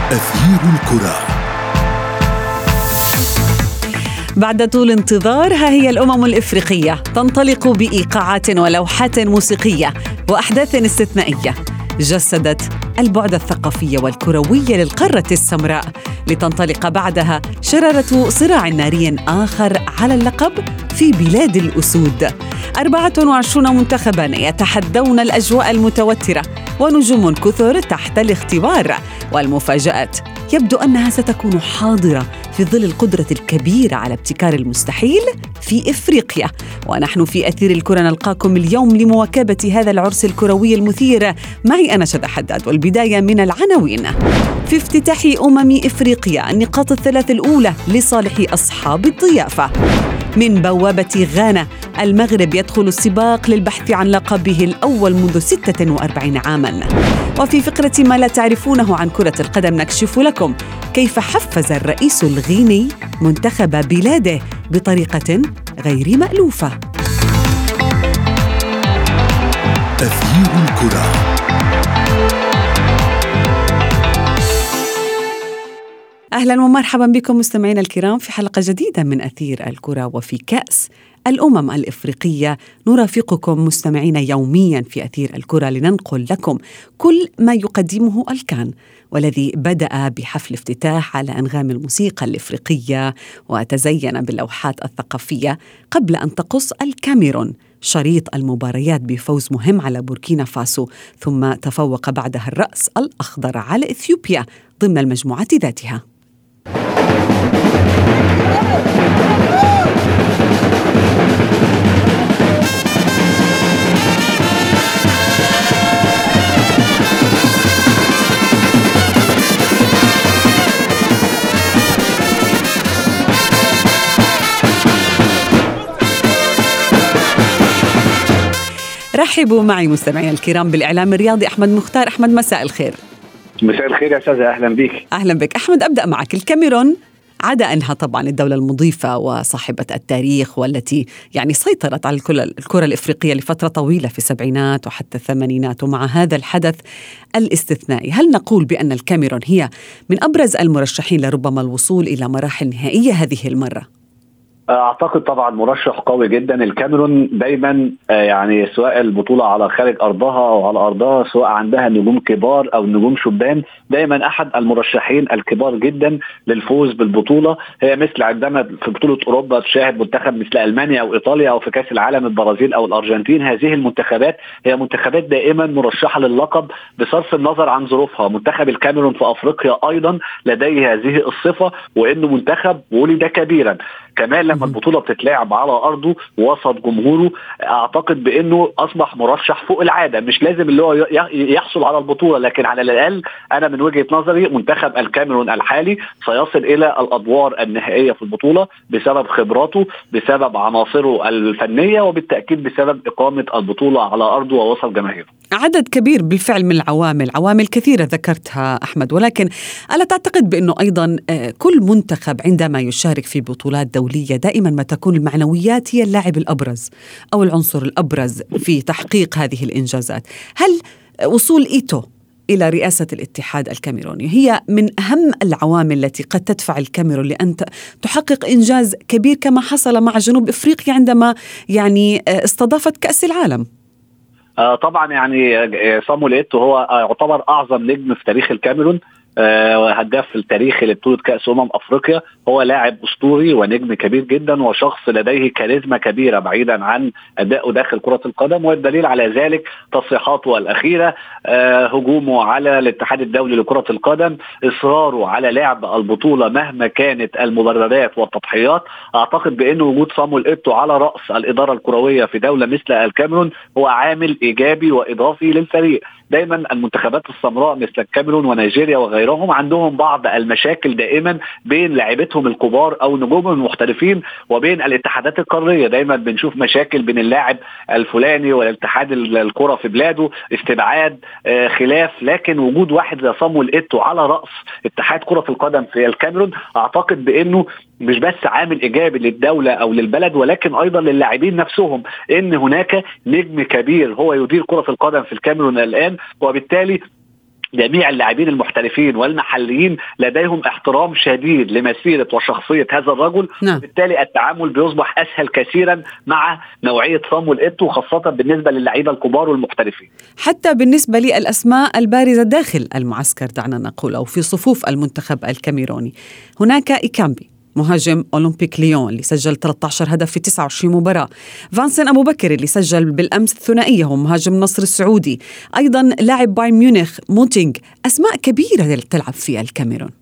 أثير الكرة. بعد طول انتظار، ها هي الأمم الإفريقية تنطلق بإيقاعات ولوحات موسيقية وأحداث استثنائية جسدت البعد الثقافي والكروي للقارة السمراء، لتنطلق بعدها شرارة صراع ناري آخر على اللقب في بلاد الأسود. 24 منتخباً يتحدون الأجواء المتوترة، ونجوم كثر تحت الاختبار، والمفاجآت يبدو أنها ستكون حاضرة في ظل القدرة الكبيرة على ابتكار المستحيل في إفريقيا. ونحن في أثير الكرة نلقاكم اليوم لمواكبة هذا العرس الكروي المثير. معي أنا شذى حداد، والبداية من العناوين. في افتتاح إفريقيا النقاط الثلاث الأولى لصالح أصحاب الضيافة. من بوابة غانا، المغرب يدخل السباق للبحث عن لقبه الأول منذ 46 عاماً. وفي فقرة ما لا تعرفونه عن كرة القدم نكشف لكم كيف حفز الرئيس الغيني منتخب بلاده بطريقة غير مألوفة. أثير الكرة. أهلا ومرحبا بكم مستمعينا الكرام في حلقة جديدة من أثير الكرة. وفي كأس الأمم الإفريقية نرافقكم مستمعين يوميا في أثير الكرة لننقل لكم كل ما يقدمه الكان، والذي بدأ بحفل افتتاح على أنغام الموسيقى الإفريقية وتزين باللوحات الثقافية، قبل أن تقص الكاميرون شريط المباريات بفوز مهم على بوركينا فاسو، ثم تفوق بعدها الرأس الأخضر على إثيوبيا ضمن المجموعة ذاتها. رحبوا معي مستمعينا الكرام بالإعلام الرياضي أحمد مختار. أحمد، مساء الخير. مساء الخير يا أستاذة، أهلا بك. أهلا بك أحمد. أبدأ معك. الكاميرون عدا أنها طبعا الدولة المضيفة وصاحبة التاريخ، والتي يعني سيطرت على الكرة الإفريقية لفترة طويلة في السبعينات وحتى الثمانينات، ومع هذا الحدث الاستثنائي، هل نقول بأن الكاميرون هي من أبرز المرشحين لربما الوصول إلى مراحل نهائية هذه المرة؟ أعتقد طبعا مرشح قوي جدا. الكاميرون دايما يعني سواء البطولة على خارج أرضها أو على أرضها، سواء عندها نجوم كبار أو نجوم شبان، دايما أحد المرشحين الكبار جدا للفوز بالبطولة. هي مثل عندما في بطولة أوروبا تشاهد منتخب مثل ألمانيا أو إيطاليا، أو في كأس العالم البرازيل أو الأرجنتين، هذه المنتخبات هي منتخبات دائما مرشحة للقب بصرف النظر عن ظروفها. منتخب الكاميرون في أفريقيا أيضا لديه هذه الصفة، وإنه منتخب ولد كبيرا. كمان لما البطولة بتتلعب على أرضه وسط جمهوره، أعتقد بأنه أصبح مرشح فوق العادة. مش لازم اللي هو يحصل على البطولة، لكن على الأقل أنا من وجهة نظري منتخب الكاميرون الحالي سيصل إلى الأدوار النهائية في البطولة بسبب خبراته، بسبب عناصره الفنية، وبالتأكيد بسبب إقامة البطولة على أرضه ووسط جماهيره. عدد كبير بالفعل من عوامل كثيرة ذكرتها أحمد، ولكن ألا تعتقد بأنه أيضا كل منتخب عندما يشارك في بطولات دولية دائما ما تكون المعنويات هي اللاعب الأبرز أو العنصر الأبرز في تحقيق هذه الإنجازات؟ هل وصول إيتو إلى رئاسة الاتحاد الكاميروني هي من أهم العوامل التي قد تدفع الكاميرون لأن تحقق إنجاز كبير كما حصل مع جنوب إفريقيا عندما يعني استضافت كأس العالم؟ طبعا يعني صامويل إيتو هو يعتبر أعظم نجم في تاريخ الكاميرون، هداف التاريخي لبطولة كأس أفريقيا. هو لاعب أسطوري ونجم كبير جدا، وشخص لديه كاريزما كبيرة بعيدا عن أداؤه داخل كرة القدم. والدليل على ذلك تصريحاته الأخيرة، هجومه على الاتحاد الدولي لكرة القدم، إصراره على لعب البطولة مهما كانت المبررات والتضحيات. أعتقد بأن وجود صامويل إيتو على رأس الإدارة الكروية في دولة مثل الكاميرون هو عامل إيجابي وإضافي للفريق. دايما المنتخبات السمراء مثل الكاميرون ونيجيريا وغيرهم عندهم بعض المشاكل دائما بين لاعبتهم الكبار او نجومهم المحترفين وبين الاتحادات القاريه. دايما بنشوف مشاكل بين اللاعب الفلاني والاتحاد الكره في بلاده، استبعاد، خلاف. لكن وجود واحد زي صامويل إيتو على راس اتحاد كره القدم في الكاميرون اعتقد بانه مش بس عامل ايجابي للدوله او للبلد، ولكن ايضا للاعبين نفسهم، ان هناك نجم كبير هو يدير كره القدم في الكاميرون الان. وبالتالي جميع اللاعبين المحترفين والمحليين لديهم احترام شديد لمسيرة وشخصية هذا الرجل. وبالتالي التعامل بيصبح أسهل كثيرا مع نوعية صامويل إيتو، خاصة بالنسبة للاعيبة الكبار والمحترفين. حتى بالنسبة للأسماء البارزة داخل المعسكر دعنا نقول أو في صفوف المنتخب الكاميروني، هناك إيكامبي مهاجم أولمبيك ليون اللي سجل 13 هدف في 29 مباراة، فانسن أبو بكر اللي سجل بالأمس الثنائية هو مهاجم النصر السعودي، أيضا لاعب بايرن ميونخ موتينغ، أسماء كبيرة تلعب في الكاميرون.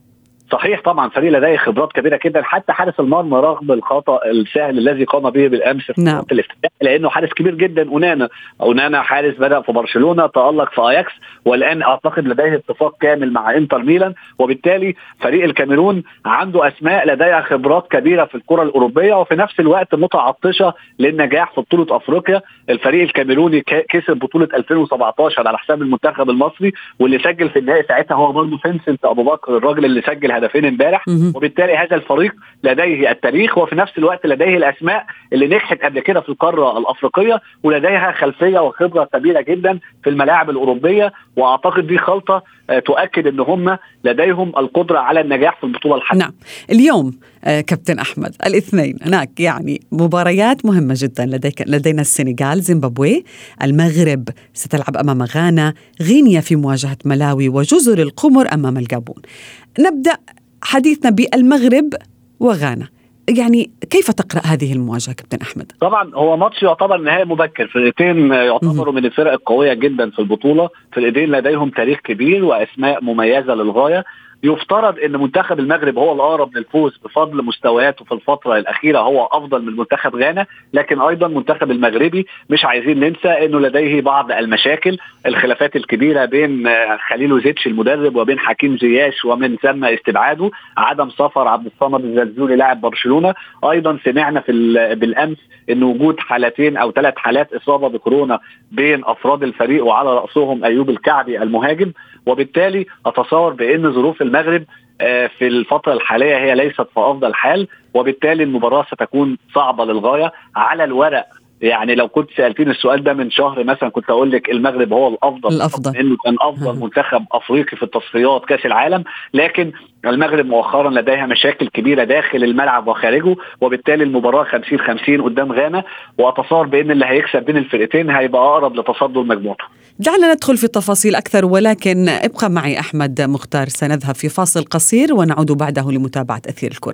صحيح، طبعا فريق لديه خبرات كبيره جدا، حتى حارس المرمى رغم الخطا السهل الذي قام به بالامس في الافتتاح، لانه حارس كبير جدا. اونانا حارس بدا في برشلونه، تالق في اياكس، والان اعتقد لديه اتفاق كامل مع انتر ميلان. وبالتالي فريق الكاميرون عنده اسماء لديها خبرات كبيره في الكره الاوروبيه، وفي نفس الوقت متعطشه للنجاح في بطوله افريقيا. الفريق الكاميروني كسب بطوله 2017 على حساب المنتخب المصري، واللي سجل في النهائي ساعتها هو برضه فينسنت ابو بكر، الراجل اللي سجل هدفين امبارح. وبالتالي هذا الفريق لديه التاريخ، وفي نفس الوقت لديه الاسماء اللي نجحت قبل كده في القاره الافريقيه، ولديها خلفيه وخبره كبيره جدا في الملاعب الاوروبيه. واعتقد دي خلطه تؤكد ان هم لديهم القدره على النجاح في البطوله الحاليه. نعم، اليوم كابتن احمد الاثنين هناك يعني مباريات مهمه جدا. لدينا السنغال، زيمبابوي، المغرب ستلعب امام غانا، غينيا في مواجهه ملاوي، وجزر القمر امام الجابون. نبدا حديثنا بالمغرب وغانا. يعني كيف تقرأ هذه المواجهة كابتن أحمد؟ طبعا هو ماتش يعتبر نهائي مبكر، فرقتين يعتبروا من الفرق القوية جدا في البطولة، فرقتين لديهم تاريخ كبير وأسماء مميزة للغاية. يفترض ان منتخب المغرب هو الاقرب للفوز بفضل مستوياته في الفتره الاخيره، هو افضل من منتخب غانا، لكن ايضا منتخب المغربي مش عايزين ننسى انه لديه بعض المشاكل، الخلافات الكبيره بين خليل زيتش المدرب وبين حكيم زياش، ومن ثم استبعاده، عدم سفر عبد الصمد الزلزولي لاعب برشلونه. ايضا سمعنا بالامس ان وجود حالتين او 3 حالات اصابه بكورونا بين افراد الفريق، وعلى راسهم ايوب الكعبي المهاجم. وبالتالي اتصور بان ظروف المغرب في الفترة الحالية هي ليست في أفضل حال، وبالتالي المباراة ستكون صعبة للغاية على الورق. يعني لو كنت سألتين السؤال ده من شهر مثلا كنت أقول لك المغرب هو الأفضل لأنه كان أفضل منتخب أفريقي في التصفيات كأس العالم، لكن المغرب مؤخرا لديها مشاكل كبيرة داخل الملعب وخارجه، وبالتالي المباراة 50-50 قدام غانا، وأتصور بأن اللي هيكسب بين الفرقتين هيبقى أقرب لتصدر مجموعته. دعنا ندخل في التفاصيل أكثر، ولكن ابقى معي أحمد مختار، سنذهب في فاصل قصير ونعود بعده لمتابعة أثير الكرة.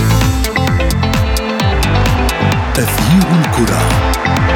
أثير الكرة.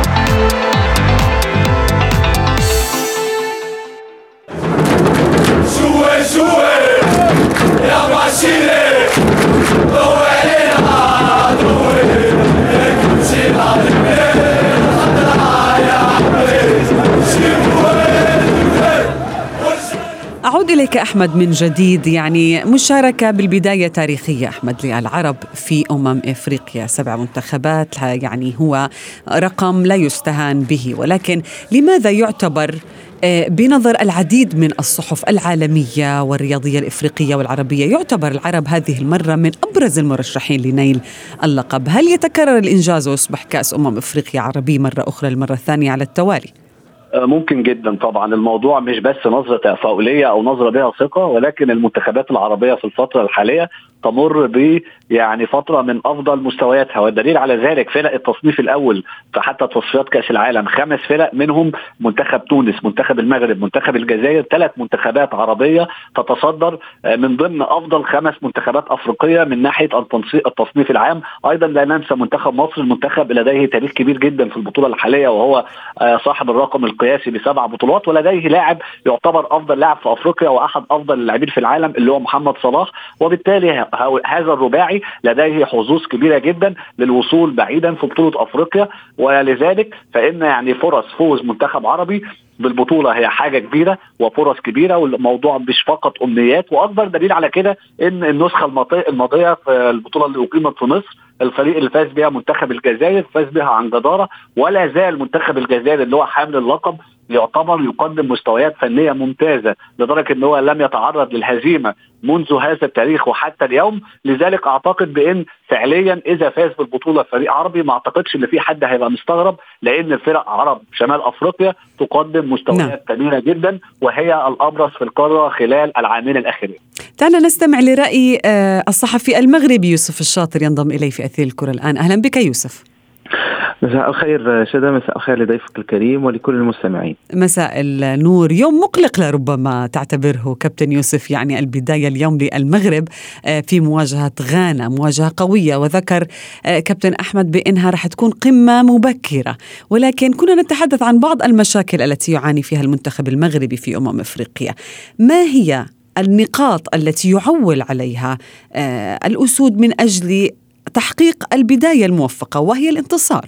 أعود إليك أحمد من جديد. يعني مشاركة بالبداية تاريخية أحمد للعرب في إفريقيا، 7 منتخبات، يعني هو رقم لا يستهان به، ولكن لماذا يعتبر بنظر العديد من الصحف العالمية والرياضية الإفريقية والعربية يعتبر العرب هذه المرة من أبرز المرشحين لنيل اللقب؟ هل يتكرر الإنجاز ويصبح كأس إفريقيا عربي مرة أخرى، المرة الثانية على التوالي؟ ممكن جدا طبعا. الموضوع مش بس نظرة تفاؤلية أو نظرة بها ثقة، ولكن المنتخبات العربية في الفترة الحالية تمر يعني فترة من أفضل مستوياتها، والدليل على ذلك فرق التصنيف الأول فحتى تصفيات كأس العالم 5 فرق، منهم منتخب تونس، منتخب المغرب، منتخب الجزائر، 3 منتخبات عربية تتصدر من ضمن أفضل 5 منتخبات أفريقية من ناحية التصنيف العام. أيضا لا ننسى منتخب مصر، المنتخب لديه تاريخ كبير جدا في البطولة الحالية، وهو صاحب الرقم القياسي ب7 بطولات، ولديه لاعب يعتبر أفضل لاعب في أفريقيا وأحد أفضل اللاعبين في العالم اللي هو محمد صلاح. وبالتالي هذا الرباعي لديه حظوظ كبيرة جدا للوصول بعيدا في بطولة أفريقيا، ولذلك فإن يعني فرص فوز منتخب عربي بالبطولة هي حاجة كبيرة وفرص كبيرة، والموضوع مش فقط أمنيات. وأكبر دليل على كده إن النسخة الماضية في البطولة اللي أقيمت في مصر، الفريق اللي فاز بها منتخب الجزائر فاز بها عن جدارة، ولا زال منتخب الجزائر اللي هو حامل اللقب يعتبر يقدم مستويات فنية ممتازة لدرجة أنه هو لم يتعرض للهزيمة منذ هذا التاريخ وحتى اليوم. لذلك أعتقد بأن فعليا إذا فاز بالبطولة فريق عربي ما أعتقدش أن في حد هيبقى مستغرب، لأن الفرق عرب شمال أفريقيا تقدم مستويات كبيرة جدا وهي الأبرز في القارة خلال العامين الأخيرين. تعالى نستمع لرأي الصحفي المغربي يوسف الشاطر ينضم إلي في أثير الكرة الآن. أهلا بك يوسف. مساء الخير شدا، مساء الخير لضيفك الكريم ولكل المستمعين. مساء النور. يوم مقلق لربما تعتبره كابتن يوسف، يعني البداية اليوم للمغرب في مواجهة غانا، مواجهة قوية، وذكر كابتن أحمد بأنها رح تكون قمة مبكرة، ولكن كنا نتحدث عن بعض المشاكل التي يعاني فيها المنتخب المغربي في أفريقيا. ما هي النقاط التي يعول عليها الأسود من أجل تحقيق البداية الموفقة وهي الانتصار؟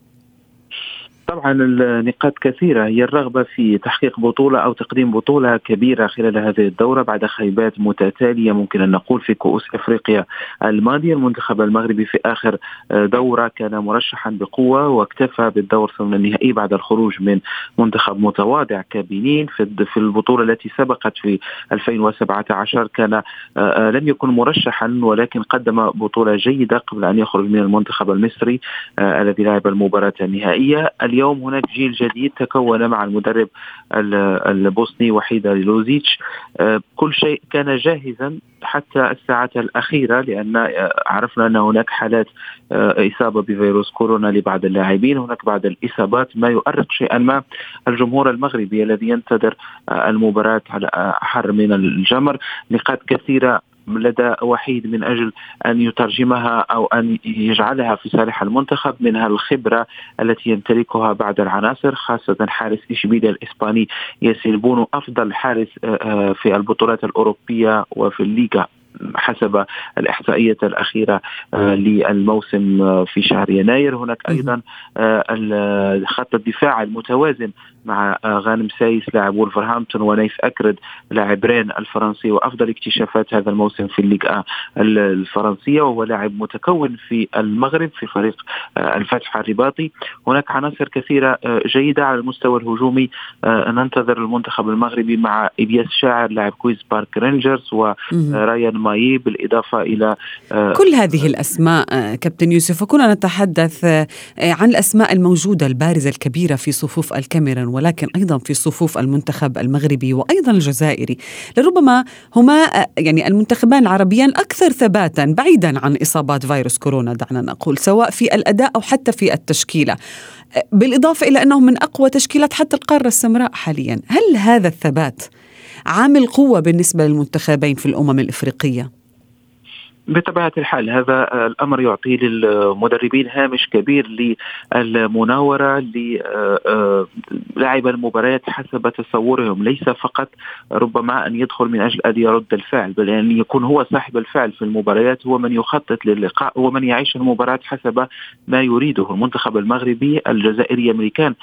طبعا النقاط كثيرة، هي الرغبة في تحقيق بطولة أو تقديم بطولة كبيرة خلال هذه الدورة بعد خيبات متتالية ممكن أن نقول في كؤوس إفريقيا الماضية. المنتخب المغربي في آخر دورة كان مرشحا بقوة واكتفى بالدور ثمن النهائي بعد الخروج من منتخب متواضع كبنين. في البطولة التي سبقت في 2017 كان لم يكن مرشحا ولكن قدم بطولة جيدة قبل أن يخرج من المنتخب المصري الذي لعب المباراة النهائية. اليوم هناك جيل جديد تكون مع المدرب البوسني وحيد لوزيتش. كل شيء كان جاهزا حتى الساعات الأخيرة، لأن عرفنا أن هناك حالات إصابة بفيروس كورونا لبعض اللاعبين، هناك بعض الإصابات ما يؤرق شيئا ما الجمهور المغربي الذي ينتظر المباراة على حر من الجمر. نقاط كثيرة لدى وحيد من أجل أن يترجمها أو أن يجعلها في صالح المنتخب، منها الخبرة التي يمتلكها بعض العناصر، خاصة حارس إشبيليا الإسباني ياسين بونو أفضل حارس في البطولات الأوروبية وفي الليغا حسب الإحصائيات الأخيرة للموسم في شهر يناير. هناك أيضا خط الدفاع المتوازن مع غانم سايس لاعب وولفرهامبتون ونايف أكرد لاعب رين الفرنسي وأفضل اكتشافات هذا الموسم في الليغا الفرنسية، وهو لاعب متكون في المغرب في فريق الفتح الرباطي. هناك عناصر كثيرة جيدة على المستوى الهجومي. ننتظر المنتخب المغربي مع إبياس شاعر لاعب كويز بارك رينجرز ورايان مايي، بالإضافة إلى كل هذه الأسماء كابتن يوسف. وكنا نتحدث عن الأسماء الموجودة البارزة الكبيرة في صفوف الكاميرون ولكن أيضا في صفوف المنتخب المغربي وأيضا الجزائري، لربما هما يعني المنتخبان العربيان الأكثر ثباتا بعيدا عن إصابات فيروس كورونا دعنا نقول، سواء في الأداء أو حتى في التشكيلة، بالإضافة إلى أنهم من أقوى تشكيلات حتى القارة السمراء حاليا. هل هذا الثبات عامل قوة بالنسبة للمنتخبين في الأمم الإفريقية؟ بطبيعة الحال هذا الأمر يعطي للمدربين هامش كبير للمناورة للاعب المباريات حسب تصورهم، ليس فقط ربما أن يدخل من أجل أن يرد الفعل، بل أن يكون هو صاحب الفعل في المباريات، هو من يخطط للقاء ومن يعيش المباراة حسب ما يريده. المنتخب المغربي الجزائري أمريكان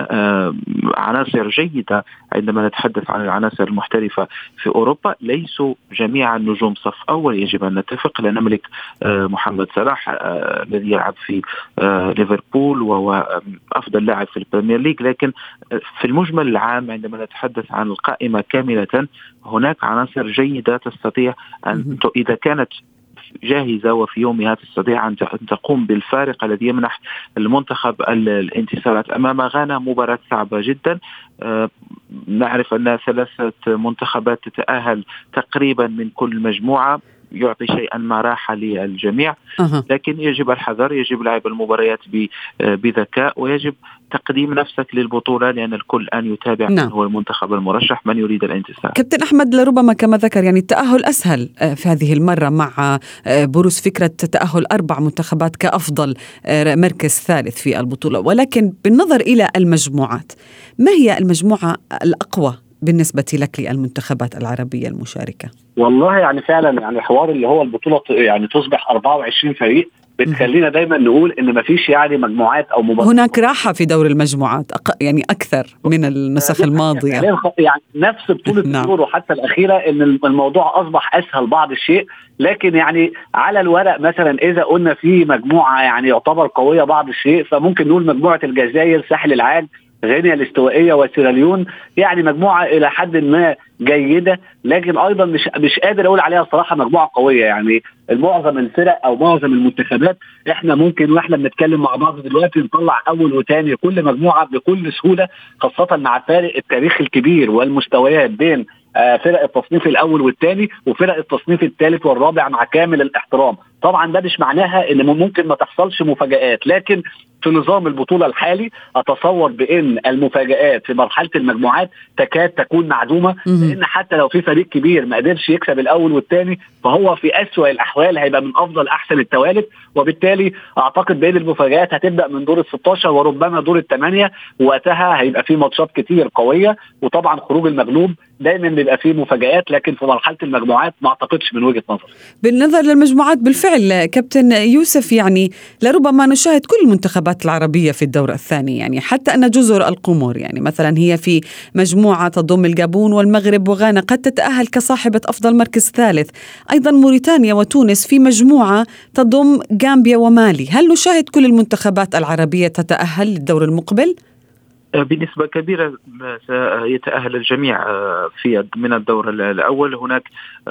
عناصر جيدة. عندما نتحدث عن العناصر المحترفة في أوروبا ليسوا جميعا نجوم صف أول، يجب أن نتفق. لا نملك محمد صلاح الذي يلعب في ليفربول وهو أفضل لاعب في البريمير ليج، لكن في المجمل العام عندما نتحدث عن القائمة كاملة هناك عناصر جيدة تستطيع أن إذا كانت جاهزة وفي يومها تستطيع أن تقوم بالفارق الذي يمنح المنتخب الانتصارات. أمام غانا مباراة صعبة جدا، نعرف أن 3 منتخبات تتأهل تقريبا من كل مجموعة، يعطي شيئا ما راحة للجميع، لكن يجب الحذر، يجب لعب المباريات بذكاء، ويجب تقديم نفسك للبطولة لأن الكل الآن يتابع من هو المنتخب المرشح من يريد الانتصار. كابتن أحمد، لربما كما ذكر يعني التأهل أسهل في هذه المرة مع بروز فكرة تأهل 4 منتخبات كأفضل مركز ثالث في البطولة، ولكن بالنظر إلى المجموعات ما هي المجموعة الأقوى بالنسبة لك للمنتخبات العربية المشاركة؟ والله يعني فعلا يعني حوار اللي هو البطولة يعني تصبح 24 فريق بتخلينا دايما نقول ان مفيش يعني مجموعات او مباريات. هناك راحة في دور المجموعات يعني اكثر من النسخ الماضية، يعني نفس بطولة اليورو حتى الأخيرة ان الموضوع اصبح اسهل بعض الشيء، لكن يعني على الورق مثلا اذا قلنا في مجموعة يعني يعتبر قوية بعض الشيء فممكن نقول مجموعة الجزائر، ساحل العاج، غينيا الاستوائية وسيراليون، يعني مجموعة إلى حد ما جيدة، لكن أيضا مش قادر أقول عليها صراحة مجموعة قوية. يعني معظم الفرق أو معظم المنتخبات إحنا ممكن وإحنا بنتكلم مع بعض دلوقتي نطلع أول وثاني كل مجموعة بكل سهولة، خاصة مع فارق التاريخ الكبير والمستويات بين فرق التصنيف الأول والثاني وفرق التصنيف الثالث والرابع مع كامل الاحترام. طبعا ده مش معناها ان ممكن ما تحصلش مفاجآت، لكن في نظام البطولة الحالي أتصور بأن المفاجآت في مرحلة المجموعات تكاد تكون معدومة، لأن حتى لو في فريق كبير ما قدرش يكسب الأول والثاني فهو في أسوأ الأحوال هيبقى من أفضل أحسن التوالد، وبالتالي أعتقد بأن المفاجآت هتبدأ من دور ال16 وربما دور ال8، وقتها هيبقى في ماتشات كتير قوية، وطبعا خروج المغلوب دايما بيبقى فيه مفاجآت، لكن في مرحلة المجموعات ما أعتقدش من وجهة نظر. بالنظر للمجموعات بالفعل كابتن يوسف، يعني لربما نشاهد كل المنتخبات العربية في الدور الثاني، يعني حتى أن جزر القمر يعني مثلا هي في مجموعة تضم الجابون والمغرب وغانا قد تتأهل كصاحبة أفضل مركز ثالث، أيضا موريتانيا وتونس في مجموعة تضم غامبيا ومالي. هل نشاهد كل المنتخبات العربية تتأهل للدور المقبل؟ بنسبة كبيرة سيتأهل الجميع من الدور الأول. هناك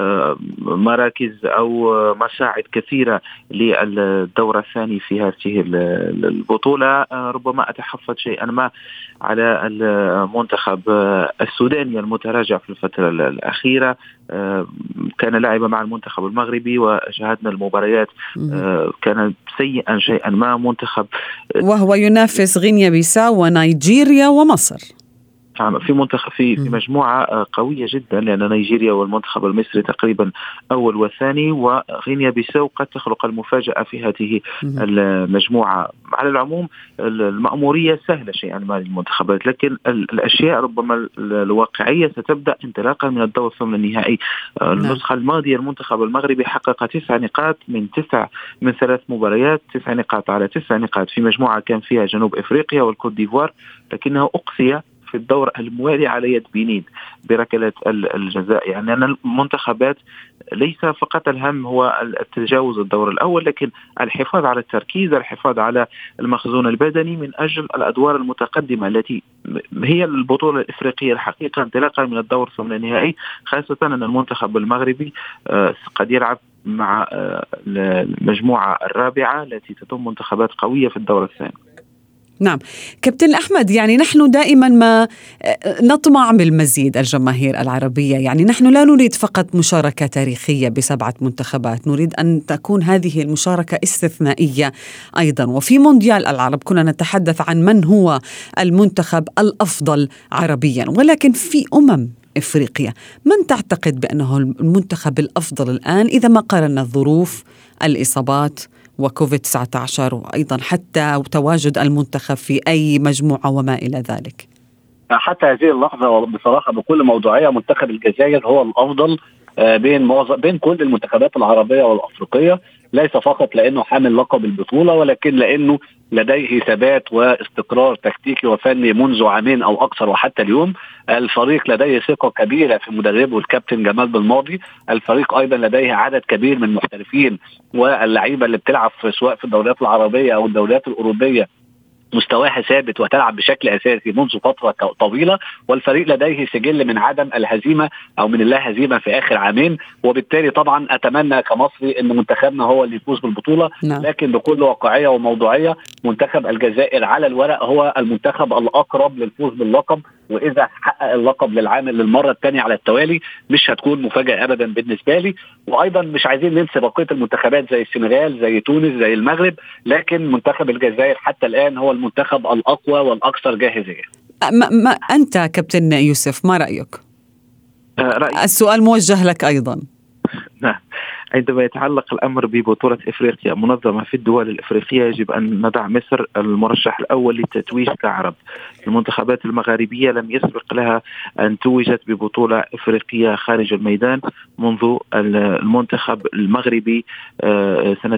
مراكز أو مساعد كثيرة للدور الثاني في هذه البطولة. ربما أتحفظ شيئا ما على المنتخب السوداني المتراجع في الفترة الأخيرة، كان لاعب مع المنتخب المغربي وشاهدنا المباريات كان سيئا شيئا ما، منتخب وهو ينافس غينيا بيساو ونيجيريا ومصر في منتخب في مجموعة قوية جدا، لأن نيجيريا والمنتخب المصري تقريبا أول والثاني، وغينيا بيساو قد تخلق المفاجأة في هذه المجموعة. على العموم المأمورية سهلة شيئا ما للمنتخبات، لكن الأشياء ربما الواقعية ستبدأ انطلاقا من الدور الثمن النهائي. النسخة الماضية المنتخب المغربي حقق 9 نقاط من 3 مباريات، 9 نقاط على 9 نقاط في مجموعة كان فيها جنوب إفريقيا والكوت ديفوار، لكنه أقصي في الدور الموالي على يد بنين بركلة الجزاء. يعني أن المنتخبات ليس فقط الهم هو التجاوز الدور الأول، لكن الحفاظ على التركيز، الحفاظ على المخزون البدني من أجل الأدوار المتقدمة التي هي البطولة الإفريقية الحقيقة انطلاقا من الدور الثمن النهائي، خاصة أن المنتخب المغربي قد يلعب مع المجموعة الرابعة التي تضم منتخبات قوية في الدور الثاني. نعم كابتن أحمد، يعني نحن دائما ما نطمع بالمزيد الجماهير العربية، يعني نحن لا نريد فقط مشاركة تاريخية ب7 منتخبات، نريد أن تكون هذه المشاركة استثنائية أيضا. وفي مونديال العرب كنا نتحدث عن من هو المنتخب الأفضل عربيا، ولكن في إفريقيا من تعتقد بأنه المنتخب الأفضل الآن إذا ما قارنا الظروف، الإصابات وكوفيد-19 وأيضا حتى تواجد المنتخب في أي مجموعة وما إلى ذلك؟ حتى هذه اللحظة بصراحة بكل موضوعية منتخب الجزائر هو الأفضل بين كل المنتخبات العربية والأفريقية، ليس فقط لأنه حامل لقب البطولة، ولكن لأنه لديه ثبات واستقرار تكتيكي وفني منذ عامين أو أكثر وحتى اليوم. الفريق لديه ثقة كبيرة في مدربه الكابتن جمال بالماضي. الفريق أيضا لديه عدد كبير من المحترفين واللعيبة اللي بتلعب سواء في الدوريات العربية أو الدوريات الأوروبية مستواها ثابت وتلعب بشكل أساسي منذ فترة طويلة، والفريق لديه سجل من عدم الهزيمة أو من اللا هزيمة في آخر عامين. وبالتالي طبعا أتمنى كمصري أن منتخبنا هو اللي يفوز بالبطولة، لكن بكل واقعية وموضوعية منتخب الجزائر على الورق هو المنتخب الأقرب للفوز باللقب، وإذا حقق اللقب للمرة الثانية على التوالي مش هتكون مفاجأة أبدا بالنسبة لي. وأيضا مش عايزين ننسى بقية المنتخبات زي السنغال زي تونس زي المغرب، لكن منتخب الجزائر حتى الآن هو المنتخب الأقوى والأكثر جاهزية. أنت كابتن يوسف ما رأيك؟ السؤال موجه لك أيضا. نعم، عندما يتعلق الأمر ببطولة إفريقيا منظمة في الدول الإفريقية يجب أن نضع مصر المرشح الأول للتتويج كعرب. المنتخبات المغاربية لم يسبق لها أن توجت ببطولة إفريقية خارج الميدان منذ المنتخب المغربي سنة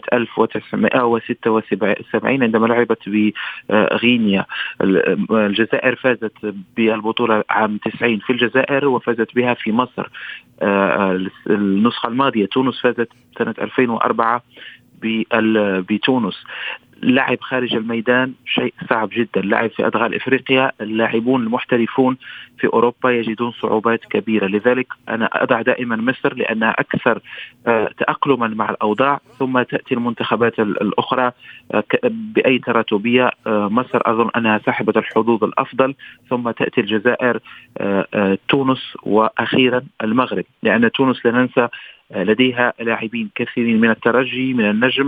1976 عندما لعبت بغينيا. الجزائر فازت بالبطولة عام 90 في الجزائر وفازت بها في مصر. النسخة الماضية تونس فازت سنة 2004 بتونس. لعب خارج الميدان شيء صعب جدا. لعب في أدغال إفريقيا، اللاعبون المحترفون في أوروبا يجدون صعوبات كبيرة. لذلك أنا أضع دائما مصر لأنها أكثر تأقلما مع الأوضاع، ثم تأتي المنتخبات الأخرى بأي تراتبية. مصر أظن أنها صاحبة الحظوظ الأفضل، ثم تأتي الجزائر، تونس، وأخيرا المغرب، لأن تونس لا ننسى لديها لاعبين كثيرين من الترجي، من النجم.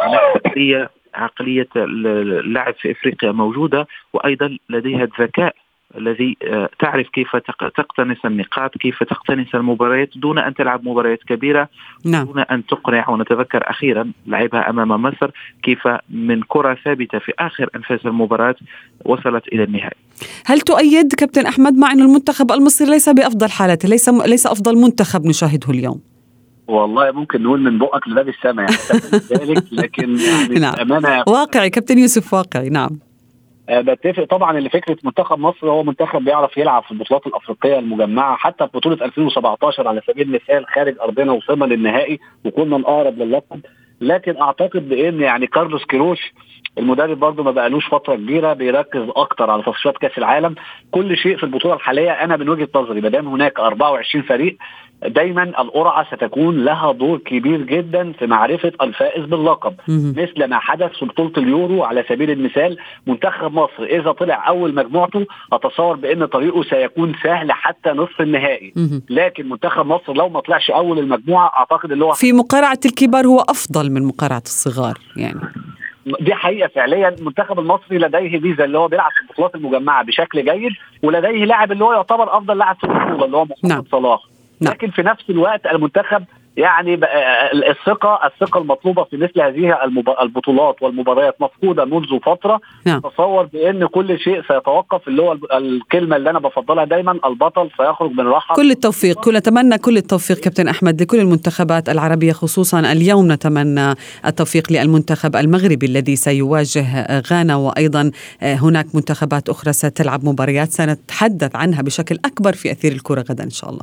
عقلية اللعب في إفريقيا موجودة، وأيضا لديها الذكاء الذي تعرف كيف تقتنص النقاط، كيف تقتنص المباريات دون أن تلعب مباريات كبيرة، دون أن تقنع. ونتذكر أخيرا لعبها أمام مصر كيف من كرة ثابتة في آخر أنفاس المباراة وصلت إلى النهائي. هل تؤيد كابتن أحمد مع أن المنتخب المصري ليس بأفضل حالته، ليس أفضل منتخب نشاهده اليوم؟ والله ممكن نقول من بقك لباب السماء يعني ذلك، لكن يعني نعم. أمانة واقعي كابتن يوسف، واقعي. نعم، بتفق طبعا اللي فكرة منتخب مصر هو منتخب بيعرف يلعب في البطولات الأفريقية المجمعة. حتى في بطولة 2017 على سبيل المثال خارج أرضنا وصلنا للنهائي وكنا نقارب للقب. لكن أعتقد بأن يعني كارلوس كيروش المدرب برضه ما بقالوش فترة كبيرة بيركز أكتر على تصفيات كأس العالم. كل شيء في البطولة الحالية أنا من وجهة نظري ما دام هناك 24 فريق، دايما القرعة ستكون لها دور كبير جدا في معرفة الفائز باللقب، مثل ما حدث في بطولة اليورو على سبيل المثال. منتخب مصر إذا طلع أول مجموعته أتصور بأن طريقه سيكون سهل حتى نصف النهائي، لكن منتخب مصر لو ما طلعش أول المجموعة أعتقد اللي هو في مقارعة الكبار هو أفضل من مقارعة الصغار يعني. دي حقيقة فعليا. المنتخب المصري لديه ميزة اللي هو بيلعب في البطولات المجمعة بشكل جيد، ولديه لاعب اللي هو يعتبر أفضل لاعب في البطولة اللي هو محمد صلاح. لكن في نفس الوقت المنتخب يعني الثقة المطلوبة في مثل هذه البطولات والمباريات مفقودة منذ فترة. تصور بأن كل شيء سيتوقف، اللي هو الكلمة اللي أنا بفضلها دايما، البطل سيخرج من راحة. كل التوفيق، نتمنى كل التوفيق كابتن أحمد لكل المنتخبات العربية، خصوصا اليوم نتمنى التوفيق للمنتخب المغربي الذي سيواجه غانا، وأيضا هناك منتخبات أخرى ستلعب مباريات سنتحدث عنها بشكل أكبر في أثير الكرة غدا إن شاء الله.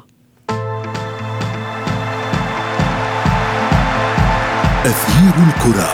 أثير الكرة.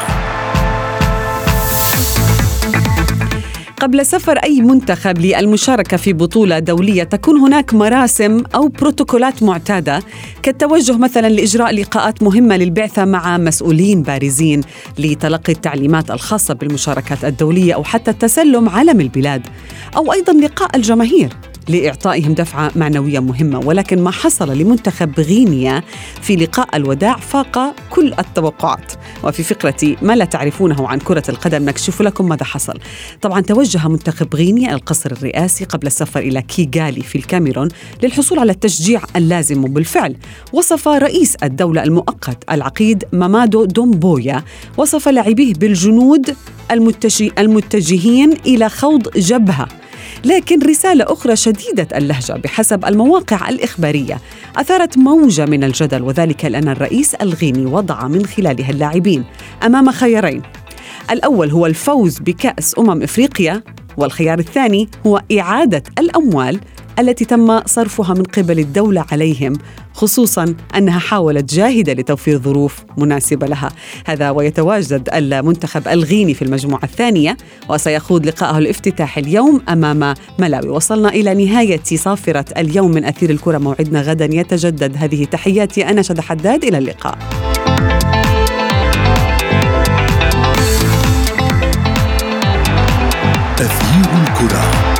قبل سفر أي منتخب للمشاركة في بطولة دولية تكون هناك مراسم أو بروتوكولات معتادة، كالتوجه مثلا لإجراء لقاءات مهمة للبعثة مع مسؤولين بارزين لتلقي التعليمات الخاصة بالمشاركات الدولية، أو حتى التسلم علم البلاد، أو أيضا لقاء الجماهير لإعطائهم دفعة معنوية مهمة. ولكن ما حصل لمنتخب غينيا في لقاء الوداع فاق كل التوقعات. وفي فقرة ما لا تعرفونه عن كرة القدم نكشف لكم ماذا حصل. طبعا توجه منتخب غينيا القصر الرئاسي قبل السفر إلى كيغالي في الكاميرون للحصول على التشجيع اللازم. وبالفعل وصف رئيس الدولة المؤقت العقيد مامادو دومبويا وصف لاعبيه بالجنود المتجهين إلى خوض جبهة. لكن رسالة أخرى شديدة اللهجة بحسب المواقع الإخبارية أثارت موجة من الجدل، وذلك لأن الرئيس الغيني وضع من خلالها اللاعبين أمام خيارين. الأول هو الفوز بكأس إفريقيا، والخيار الثاني هو إعادة الأموال التي تم صرفها من قبل الدولة عليهم، خصوصاً أنها حاولت جاهدة لتوفير ظروف مناسبة لها. هذا ويتواجد المنتخب الغيني في المجموعة الثانية، وسيخوض لقاءه الافتتاح اليوم أمام ملاوي. وصلنا إلى نهاية صافرة اليوم من أثير الكرة، موعدنا غدا يتجدد. هذه تحياتي أنا شذى حداد، إلى اللقاء. أثير الكرة.